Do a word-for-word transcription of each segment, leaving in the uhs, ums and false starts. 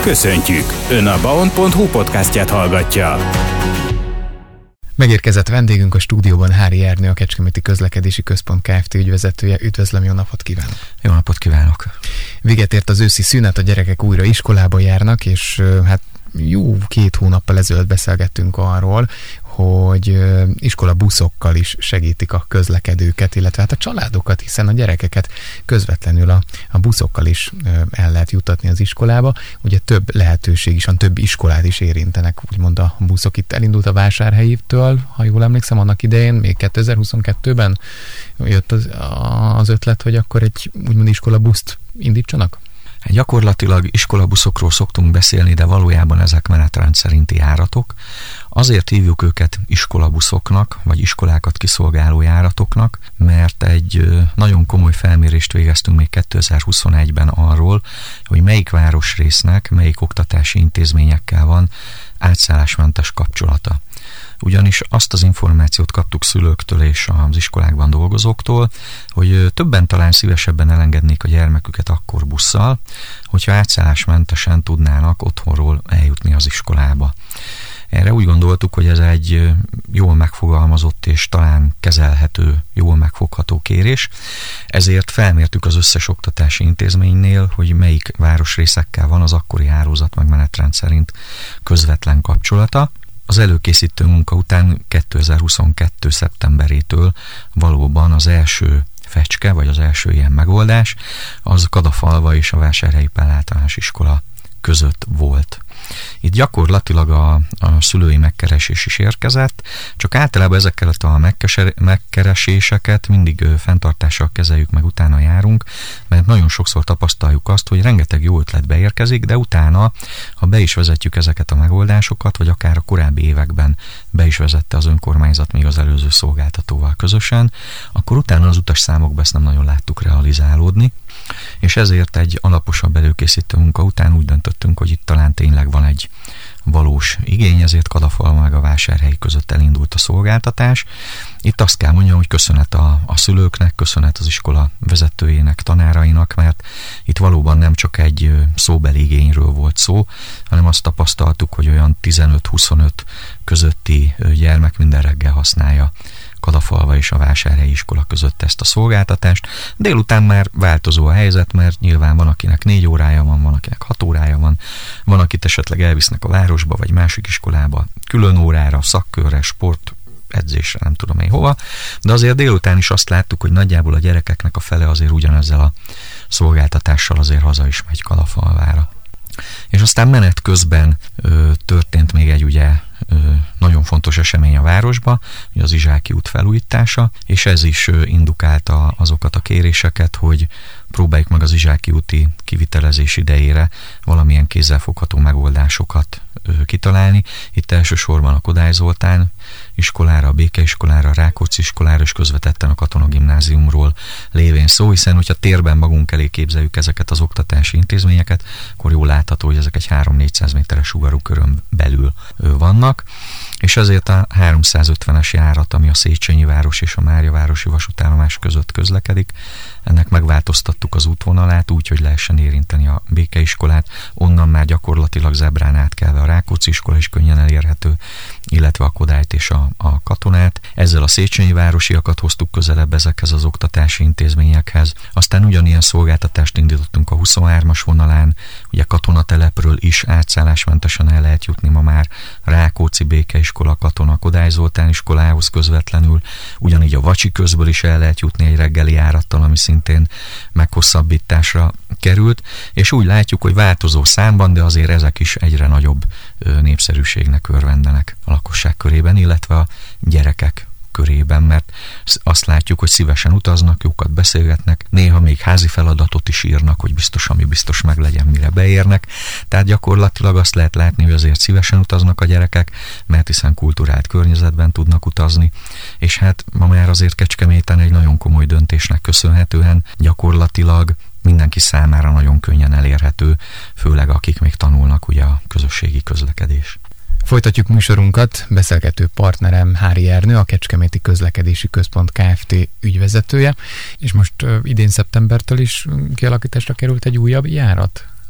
Köszöntjük! Ön a baon pont hu podcastját hallgatja. Megérkezett vendégünk a stúdióban Hári Ernő, a Kecskeméti Közlekedési Központ Kft. Ügyvezetője. Üdvözlöm, jó napot kívánok! Jó napot kívánok! Véget ért az őszi szünet, a gyerekek újra iskolába járnak, és hát jó két hónappal ezelőtt beszélgettünk arról, hogy iskolabuszokkal is segítik a közlekedőket, illetve hát a családokat, hiszen a gyerekeket közvetlenül a, a buszokkal is el lehet juttatni az iskolába. Ugye több lehetőség is van, több iskolát is érintenek, úgymond a buszok. Itt elindult a Vásárhelytől, ha jól emlékszem, annak idején, még kétezer-huszonkettőben jött az, az ötlet, hogy akkor egy úgymond iskolabuszt indítsanak? Gyakorlatilag iskolabuszokról szoktunk beszélni, de valójában ezek menetrend szerinti járatok. Azért hívjuk őket iskolabuszoknak, vagy iskolákat kiszolgáló járatoknak, mert egy nagyon komoly felmérést végeztünk még kétezer-huszonegyben arról, hogy melyik városrésznek, melyik oktatási intézményekkel van átszállásmentes kapcsolata. Ugyanis azt az információt kaptuk szülőktől és az iskolákban dolgozóktól, hogy többen talán szívesebben elengednék a gyermeküket akkor busszal, hogyha átszállásmentesen tudnának otthonról eljutni az iskolába. Erre úgy gondoltuk, hogy ez egy jól megfogalmazott és talán kezelhető, jól megfogható kérés, ezért felmértük az összes oktatási intézménynél, hogy melyik városrészekkel van az akkori hálózat meg menetrend szerint közvetlen kapcsolata. Az előkészítő munka után kétezer-huszonkettő szeptemberétől valóban az első fecske, vagy az első ilyen megoldás, az Kadafalva és a Vásárhelyi Pál általános iskola között volt. Itt gyakorlatilag a, a szülői megkeresés is érkezett, csak általában ezekkel a megkereséseket mindig fenntartással kezeljük, meg utána járunk, mert nagyon sokszor tapasztaljuk azt, hogy rengeteg jó ötlet beérkezik, de utána, ha be is vezetjük ezeket a megoldásokat, vagy akár a korábbi években be is vezette az önkormányzat még az előző szolgáltatóval közösen, akkor utána az utasszámokban ezt nem nagyon láttuk realizálódni, és ezért egy alaposabb előkészítő munka után úgy döntöttünk, hogy itt talán tényleg van egy valós igény, ezért Kadafalva meg a Vásárhely között elindult a szolgáltatás. Itt azt kell mondjam, hogy köszönet a, a szülőknek, köszönet az iskola vezetőjének, tanárainak, mert itt valóban nem csak egy szóbeli igényről volt szó, hanem azt tapasztaltuk, hogy olyan tizenöt-huszonöt közötti gyermek minden reggel használja Kadafalva és a Vásárhelyi iskola között ezt a szolgáltatást. Délután már változó a helyzet, mert nyilván van, akinek négy órája van, van, akinek hat órája van, van, akit esetleg elvisznek a városba, vagy másik iskolába, külön órára, szakkörre, sport, edzésre, nem tudom én hova, de azért délután is azt láttuk, hogy nagyjából a gyerekeknek a fele azért ugyanezzel a szolgáltatással azért haza is megy Kadafalvára. És aztán menet közben ö, történt még egy ugye ö, nagyon fontos esemény a városba, ugye az Izsáki út felújítása, és ez is ö, indukálta azokat a kéréseket, hogy próbáljuk meg az Izsáki úti kivitelezés idejére valamilyen kézzelfogható megoldásokat ö, kitalálni. Itt elsősorban a Kodály Zoltán iskolára, a Békeiskolára, a Rákóczi iskolára és közvetetten a Katona Gimnáziumról lévén szó, hiszen hogyha térben magunk elé képzeljük ezeket az oktatási intézményeket, akkor jól látható, hogy ezek egy három-négyszáz méteres sugarú körön belül vannak, és ezért a háromszázötvenes járat, ami a Széchenyi város és a Máriavárosi vasútállomás között közlekedik, ennek megváltoztattuk az útvonalát úgy, hogy lehessen érinteni a Békeiskolát, onnan már gyakorlatilag zebrán átkelve a Rákóczi iskola is könnyen elérhető, illetve a Kodályt és a, a Katonát. Ezzel a Széchenyi városiakat hoztuk közelebb ezekhez az oktatási intézményekhez. Aztán ugyanilyen szolgáltatást indítottunk a huszonhármas vonalán, ugye Katonatelepről is átszállásmentesen el lehet jutni ma már Rákóczi, Békeiskola, Katona, Kodály Zoltán iskolához közvetlenül, ugyanígy a Vacsi közből is el lehet jutni egy reggeli járattal, ami szintén meghosszabbításra került, és úgy látjuk, hogy változó számban, de azért ezek is egyre nagyobb népszerűségnek örvendenek a lakosság körében, illetve a gyerekek körében, mert azt látjuk, hogy szívesen utaznak, jókat beszélgetnek, néha még házi feladatot is írnak, hogy biztos, ami biztos meg legyen, mire beérnek. Tehát gyakorlatilag azt lehet látni, hogy azért szívesen utaznak a gyerekek, mert hiszen kulturált környezetben tudnak utazni, és hát ma már azért Kecskeméten egy nagyon komoly döntésnek köszönhetően gyakorlatilag mindenki számára nagyon könnyen elérhető, főleg akik még tanulnak ugye a közösségi közlekedés. Folytatjuk műsorunkat, beszélgető partnerem Hári Ernő, a Kecskeméti Közlekedési Központ Kft. Ügyvezetője, és most uh, idén szeptembertől is kialakításra került egy újabb járat.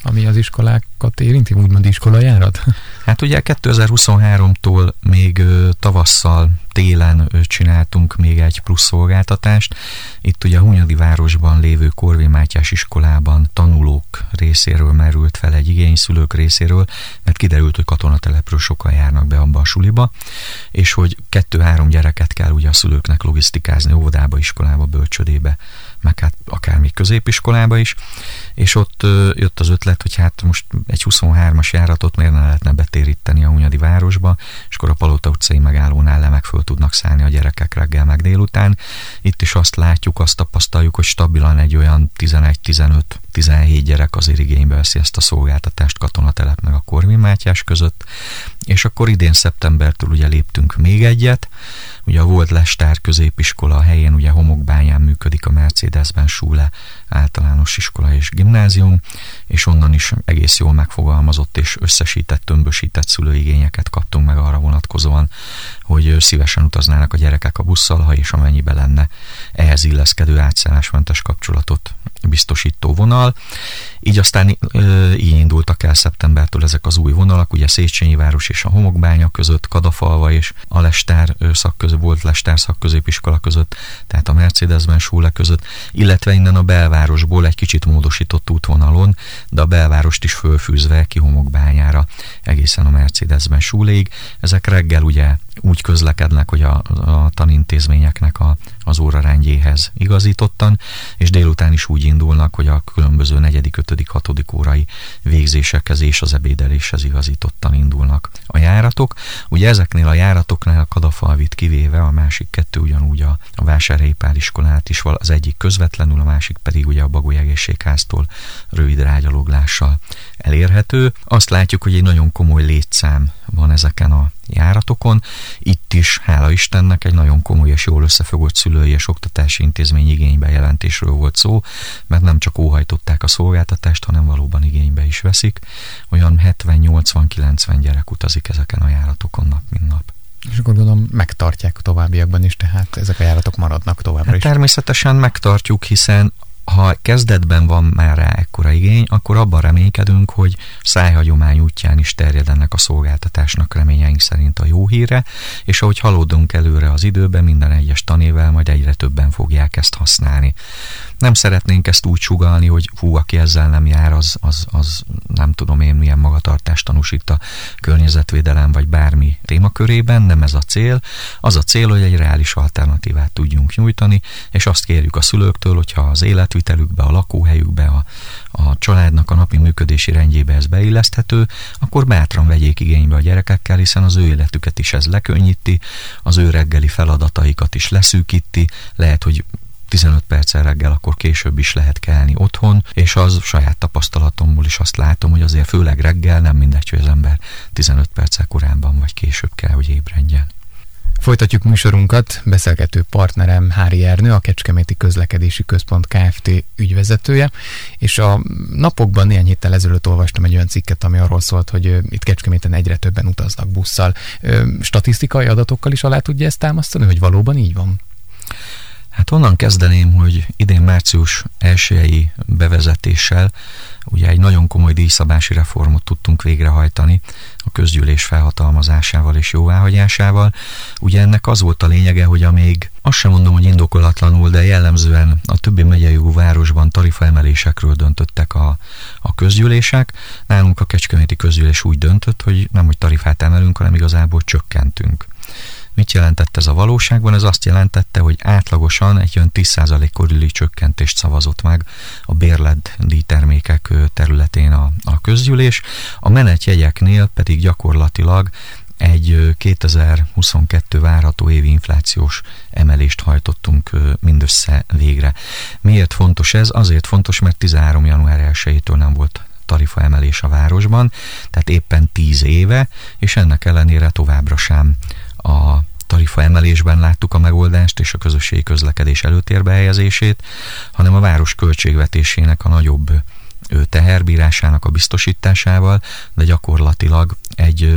ami az iskolákat érinti, úgymond iskolajárat? Hát ugye kétezer-huszonháromtól még tavasszal, télen csináltunk még egy plusz szolgáltatást. Itt ugye a Hunyadi városban lévő Korvin Mátyás iskolában tanulók részéről merült fel egy igény, szülők részéről, mert kiderült, hogy katonatelepről sokan járnak be abba a suliba, és hogy kettő-három gyereket kell ugye a szülőknek logisztikázni óvodába, iskolába, bölcsödébe, meg hát akár még középiskolába is, és ott ö, jött az ötlet, hogy hát most egy huszonhármas járatot miért ne lehetne betéríteni a Hunyadi városba, és akkor a Palota utcai megállónál le meg föl tudnak szállni a gyerekek reggel meg délután. Itt is azt látjuk, azt tapasztaljuk, hogy stabilan egy olyan tizenegy, tizenöt, tizenhét gyerek azért igénybe veszi ezt a szolgáltatást Katonatelep meg a Korvin Mátyás között, és akkor idén szeptembertől ugye léptünk még egyet. Ugye a volt Lestár középiskola helyén ugye Homokbányán működik a Mercedes-Benz Schule általános iskola és gimnázium, és onnan is egész jól megfogalmazott és összesített, tömbösített szülőigényeket kaptunk meg arra vonatkozóan, hogy szívesen utaznának a gyerekek a busszal, ha és amennyiben lenne ehhez illeszkedő átszállásmentes kapcsolatot biztosító vonal. Így aztán ö, így indultak el szeptembertől ezek az új vonalak, ugye Széchenyi város és a Homokbánya között, Kadafalva és a Lestár szakköző, volt Lestár szakközépiskola között, tehát a Mercedes-Benz Schule között, illetve innen a belvárosból egy kicsit módosított útvonalon, de a belvárost is fölfűzve ki Homokbányára egészen a Mercedes-Benz Schuléig. Ezek reggel ugye úgy közlekednek, hogy a, a tanintézményeknek a, az órarendjéhez igazítottan, és délután is úgy indulnak, hogy a különböző negyedik, ötödik, hatodik órai végzésekhez és az ebédeléshez igazítottan indulnak a járatok. Ugye ezeknél a járatoknál a Kadafalvit kivéve a másik kettő ugyanúgy a, a Vásárhelyi Pál iskolát is, az egyik közvetlenül, a másik pedig ugye a Bagoly egészségháztól rövid rágyaloglással elérhető. Azt látjuk, hogy egy nagyon komoly létszám van ezeken a járatokon. Itt is, hála Istennek, egy nagyon komoly és jól összefogott szülői és oktatási intézmény igénybejelentésről volt szó, mert nem csak óhajtották a szolgáltatást, hanem valóban igénybe is veszik. Olyan hetven-nyolcvan-kilencven gyerek utazik ezeken a járatokon nap, mint nap. És akkor gondolom megtartják a továbbiakban is, tehát ezek a járatok maradnak továbbra hát is. Természetesen megtartjuk, hiszen ha kezdetben van már rá ekkora igény, akkor abban reménykedünk, hogy szájhagyomány útján is terjed ennek a szolgáltatásnak reményeink szerint a jó híre, és ahogy haladunk előre az időben, minden egyes tanévvel majd egyre többen fogják ezt használni. Nem szeretnénk ezt úgy sugallni, hogy hú, aki ezzel nem jár, az, az, az nem tudom én milyen magatartást tanúsít a környezetvédelem vagy bármi témakörében, nem ez a cél. Az a cél, hogy egy reális alternatívát tudjunk nyújtani, és azt kérjük a szülőktől, hogyha az életvitelükbe, a lakóhelyükbe, a, a családnak a napi működési rendjébe ez beilleszthető, akkor bátran vegyék igénybe a gyerekekkel, hiszen az ő életüket is ez lekönnyíti, az ő reggeli feladataikat is leszűkíti, lehet, hogy tizenöt perccel reggel, akkor később is lehet kelni otthon, és az saját tapasztalatomból is azt látom, hogy azért főleg reggel nem mindegy, hogy az ember tizenöt perccel korábban vagy később kell, hogy ébredjen. Folytatjuk műsorunkat, beszélgető partnerem Hári Ernő, a Kecskeméti Közlekedési Központ Kft. Ügyvezetője, és a napokban néhány héttel ezelőtt olvastam egy olyan cikket, ami arról szólt, hogy itt Kecskeméten egyre többen utaznak busszal. Statisztikai adatokkal is alá tudja ezt támasztani, hogy valóban így van? Hát onnan kezdeném, hogy idén március elsejei bevezetéssel ugye egy nagyon komoly díjszabási reformot tudtunk végrehajtani a közgyűlés felhatalmazásával és jóváhagyásával. Ugye ennek az volt a lényege, hogy amíg azt sem mondom, hogy indokolatlanul, de jellemzően a többi megyei városban tarifaemelésekről döntöttek a, a közgyűlések. Nálunk a Kecskeméti közgyűlés úgy döntött, hogy nem, hogy tarifát emelünk, hanem igazából csökkentünk. Mit jelentett ez a valóságban? Ez azt jelentette, hogy átlagosan egy olyan tíz százalék körüli csökkentést szavazott meg a bérlet díjtermékek területén a, a közgyűlés. A menetjegyeknél pedig gyakorlatilag egy kétezer-huszonkettő várható évi inflációs emelést hajtottunk mindössze végre. Miért fontos ez? Azért fontos, mert tizenhárom január elsejétől nem volt tarifaemelés a városban, tehát éppen tíz éve, és ennek ellenére továbbra sem a tarifaemelésben láttuk a megoldást és a közösségi közlekedés előtérbe helyezését, hanem a város költségvetésének a nagyobb teherbírásának a biztosításával, de gyakorlatilag egy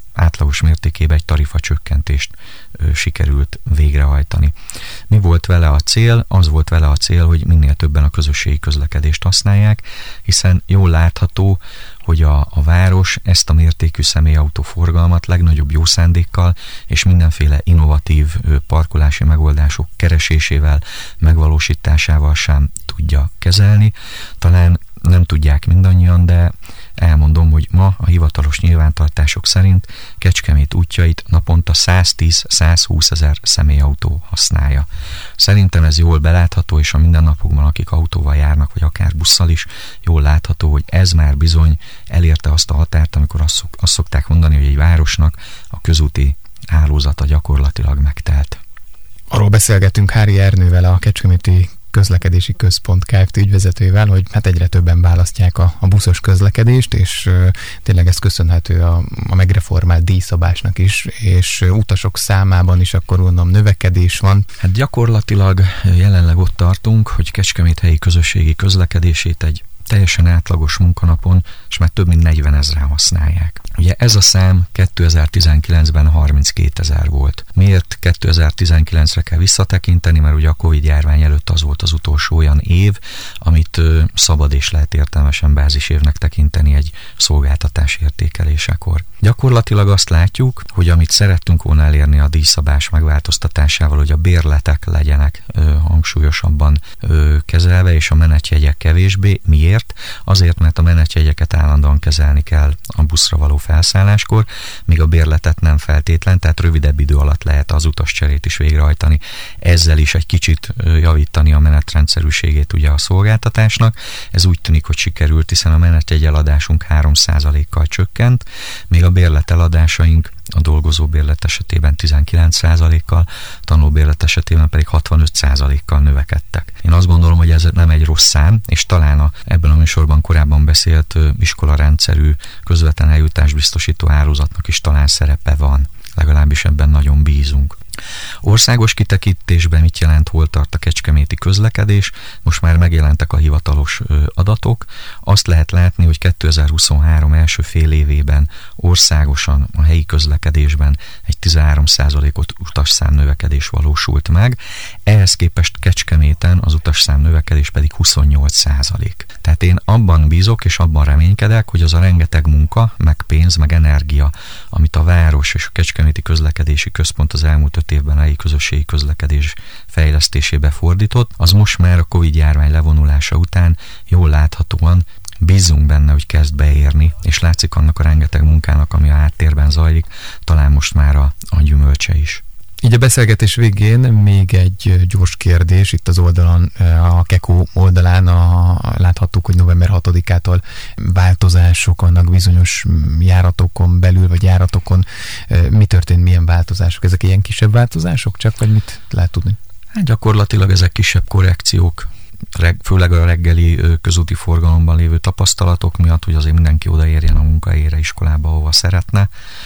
átlagos mértékében egy tarifacsökkentést ö, sikerült végrehajtani. Mi volt vele a cél? Az volt vele a cél, hogy minél többen a közösségi közlekedést használják, hiszen jól látható, hogy a, a város ezt a mértékű személyautóforgalmat legnagyobb jó szándékkal és mindenféle innovatív ö, parkolási megoldások keresésével, megvalósításával sem tudja kezelni. Talán nem tudják mindannyian, de elmondom, hogy ma a hivatalos nyilvántartások szerint Kecskemét útjait naponta száztíz-százhúsz ezer személyautó használja. Szerintem ez jól belátható, és a mindennapokban, akik autóval járnak, vagy akár busszal is, jól látható, hogy ez már bizony elérte azt a határt, amikor azt, szok, azt szokták mondani, hogy egy városnak a közúti hálózata gyakorlatilag megtelt. Arról beszélgetünk Hári Ernővel, a Kecskeméti Közlekedési Központ Kft. Ügyvezetővel, hogy hát egyre többen választják a, a buszos közlekedést, és uh, tényleg ez köszönhető a, a megreformált díjszabásnak is, és uh, utasok számában is akkor gondolom növekedés van. Hát gyakorlatilag jelenleg ott tartunk, hogy Kecskemét helyi közösségi közlekedését egy teljesen átlagos munkanapon, és már több mint negyven ezren használják. Ugye ez a szám kétezer-tizenkilencben harminckétezer volt. Miért kétezer-tizenkilencre kell visszatekinteni? Mert ugye a Covid járvány előtt az volt az utolsó olyan év, amit ö, szabad és lehet értelmesen bázisévnek tekinteni egy szolgáltatás értékelésekor. Gyakorlatilag azt látjuk, hogy amit szerettünk volna elérni a díjszabás megváltoztatásával, hogy a bérletek legyenek ö, hangsúlyosabban ö, kezelve, és a menetjegyek kevésbé. Miért? Azért, mert a menetjegyeket állandóan kezelni kell a buszra való felszálláskor, míg a bérletet nem feltétlen, tehát rövidebb idő alatt lehet az utascserét is végrehajtani. Ezzel is egy kicsit javítani a menetrendszerűségét ugye a szolgáltatásnak. Ez úgy tűnik, hogy sikerült, hiszen a menetjegy eladásunk három százalékkal csökkent, míg a bérleteladásaink a dolgozó bérlet esetében tizenkilenc százalékkal, tanulbérlet esetében pedig hatvanöt százalékkal növekedtek. Én azt gondolom, hogy ez nem egy rossz szám, és talán a, ebben a műsorban korábban beszélt iskolarendszerű közvetlen eljutásbiztosító hálózatnak is talán szerepe van. Legalábbis ebben nagyon bízunk. Országos kitekintésben mit jelent, hol tart a kecskeméti közlekedés? Most már megjelentek a hivatalos adatok. Azt lehet látni, hogy kétezer-huszonhárom első fél évében országosan a helyi közlekedésben egy tizenhárom százalékot utasszám növekedés valósult meg. Ehhez képest Kecskeméten az utasszám növekedés pedig huszonnyolc százalék. Tehát én abban bízok és abban reménykedek, hogy az a rengeteg munka, meg pénz, meg energia, amit a város és a Kecskeméti Közlekedési Központ az elmúlt öt évben a helyi közösségi közlekedés fejlesztésébe fordított, az most már a Covid járvány levonulása után jól láthatóan bízunk benne, hogy kezd beérni, és látszik annak a rengeteg munkának, ami a háttérben zajlik, talán most már a, a gyümölcse is. Így a beszélgetés végén még egy gyors kérdés, itt az oldalon, a Kekó oldalán a, láthattuk, hogy november hatodikától változások vannak bizonyos járatokon belül, vagy járatokon. Mi történt, milyen változások? Ezek ilyen kisebb változások csak, vagy mit lehet tudni? Hát gyakorlatilag ezek kisebb korrekciók, főleg a reggeli közúti forgalomban lévő tapasztalatok miatt, hogy azért mindenki odaérjen a munkahelyére, iskolába, ahova szeretne.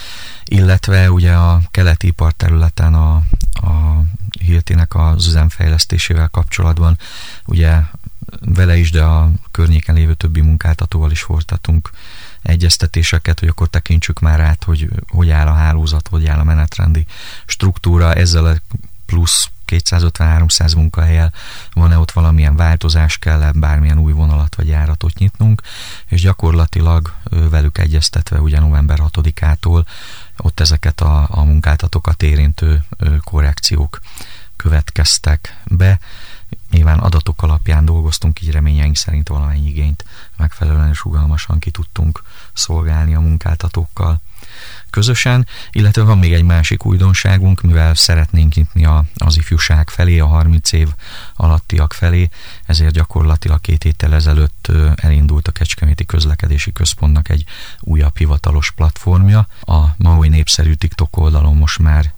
Illetve ugye a keleti iparterületen a, a Hiltinek az üzemfejlesztésével kapcsolatban, ugye vele is, de a környéken lévő többi munkáltatóval is folytatunk egyeztetéseket, hogy akkor tekintsük már át, hogy hogy áll a hálózat, hogy áll a menetrendi struktúra, ezzel a plusz kétszázötven-háromszáz munkahelyel van-e ott valamilyen változás, kell-e bármilyen új vonalat vagy járatot nyitnunk, és gyakorlatilag velük egyeztetve ugye november hatodikától ott ezeket a, a munkáltatókat érintő korrekciók következtek be. Nyilván adatok alapján dolgoztunk, így reményeink szerint valamennyi igényt megfelelően és rugalmasan ki tudtunk szolgálni a munkáltatókkal közösen, illetve van még egy másik újdonságunk, mivel szeretnénk nyitni a, az ifjúság felé, a harminc év alattiak felé, ezért gyakorlatilag két héttel ezelőtt elindult a Kecskeméti Közlekedési Központnak egy újabb hivatalos platformja. A maui népszerű TikTok oldalon most már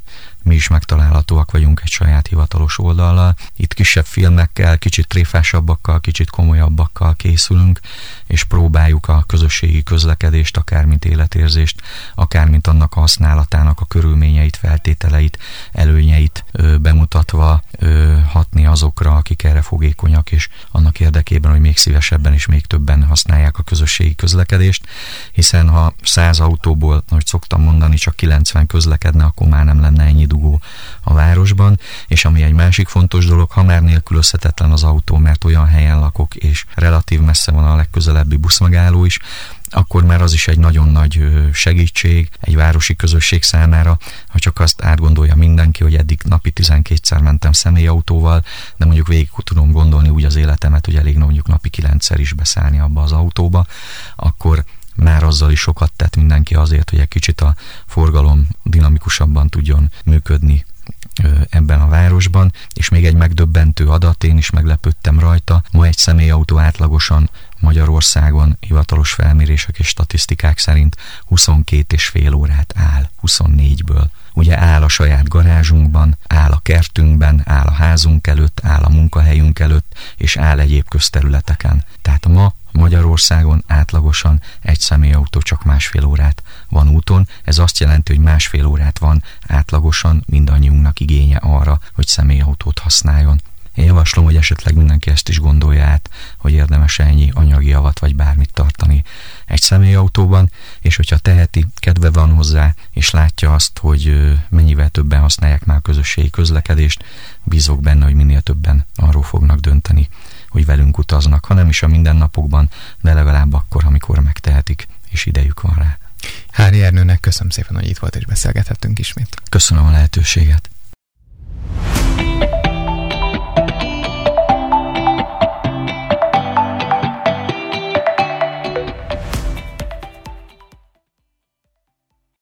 mi is megtalálhatóak vagyunk egy saját hivatalos oldallal. Itt kisebb filmekkel, kicsit tréfásabbakkal, kicsit komolyabbakkal készülünk, és próbáljuk a közösségi közlekedést, akár mint életérzést, akár mint annak a használatának a körülményeit, feltételeit, előnyeit ö, bemutatva ö, hatni azokra, akik erre fogékonyak, és annak érdekében, hogy még szívesebben és még többen használják a közösségi közlekedést, hiszen ha száz autóból, ahogy szoktam mondani, csak kilencven közlekedne, akkor már nem lenne ennyi dugó a városban, és ami egy másik fontos dolog, ha már nélkülözhetetlen az autó, mert olyan helyen lakok, és relatív messze van a legközelebbi buszmegálló is, akkor már az is egy nagyon nagy segítség egy városi közösség számára, ha csak azt átgondolja mindenki, hogy eddig napi tizenkétszer mentem személyautóval, de mondjuk végig tudom gondolni úgy az életemet, hogy elég mondjuk napi kilencszer is beszállni abba az autóba, akkor már azzal is sokat tett mindenki azért, hogy egy kicsit a forgalom dinamikusabban tudjon működni ebben a városban, és még egy megdöbbentő adat, én is meglepődtem rajta, ma egy személyautó átlagosan Magyarországon hivatalos felmérések és statisztikák szerint huszonkét és fél órát áll, huszonnégyből. Ugye áll a saját garázsunkban, áll a kertünkben, áll a házunk előtt, áll a munkahelyünk előtt, és áll egyéb közterületeken. Tehát ma Magyarországon átlagosan egy személyautó csak másfél órát van úton. Ez azt jelenti, hogy másfél órát van átlagosan mindannyiunknak igénye arra, hogy személyautót használjon. Én javaslom, hogy esetleg mindenki ezt is gondolja át, hogy érdemes ennyi anyagi javat vagy bármit tartani egy személyautóban, és hogyha teheti, kedve van hozzá, és látja azt, hogy mennyivel többen használják már a közösségi közlekedést, bízok benne, hogy minél többen arról fognak dönteni, hogy velünk utaznak, ha nem is a mindennapokban, de legalább akkor, amikor megtehetik, és idejük van rá. Hári Ernőnek köszönöm szépen, hogy itt volt, és beszélgethettünk ismét. Köszönöm a lehetőséget.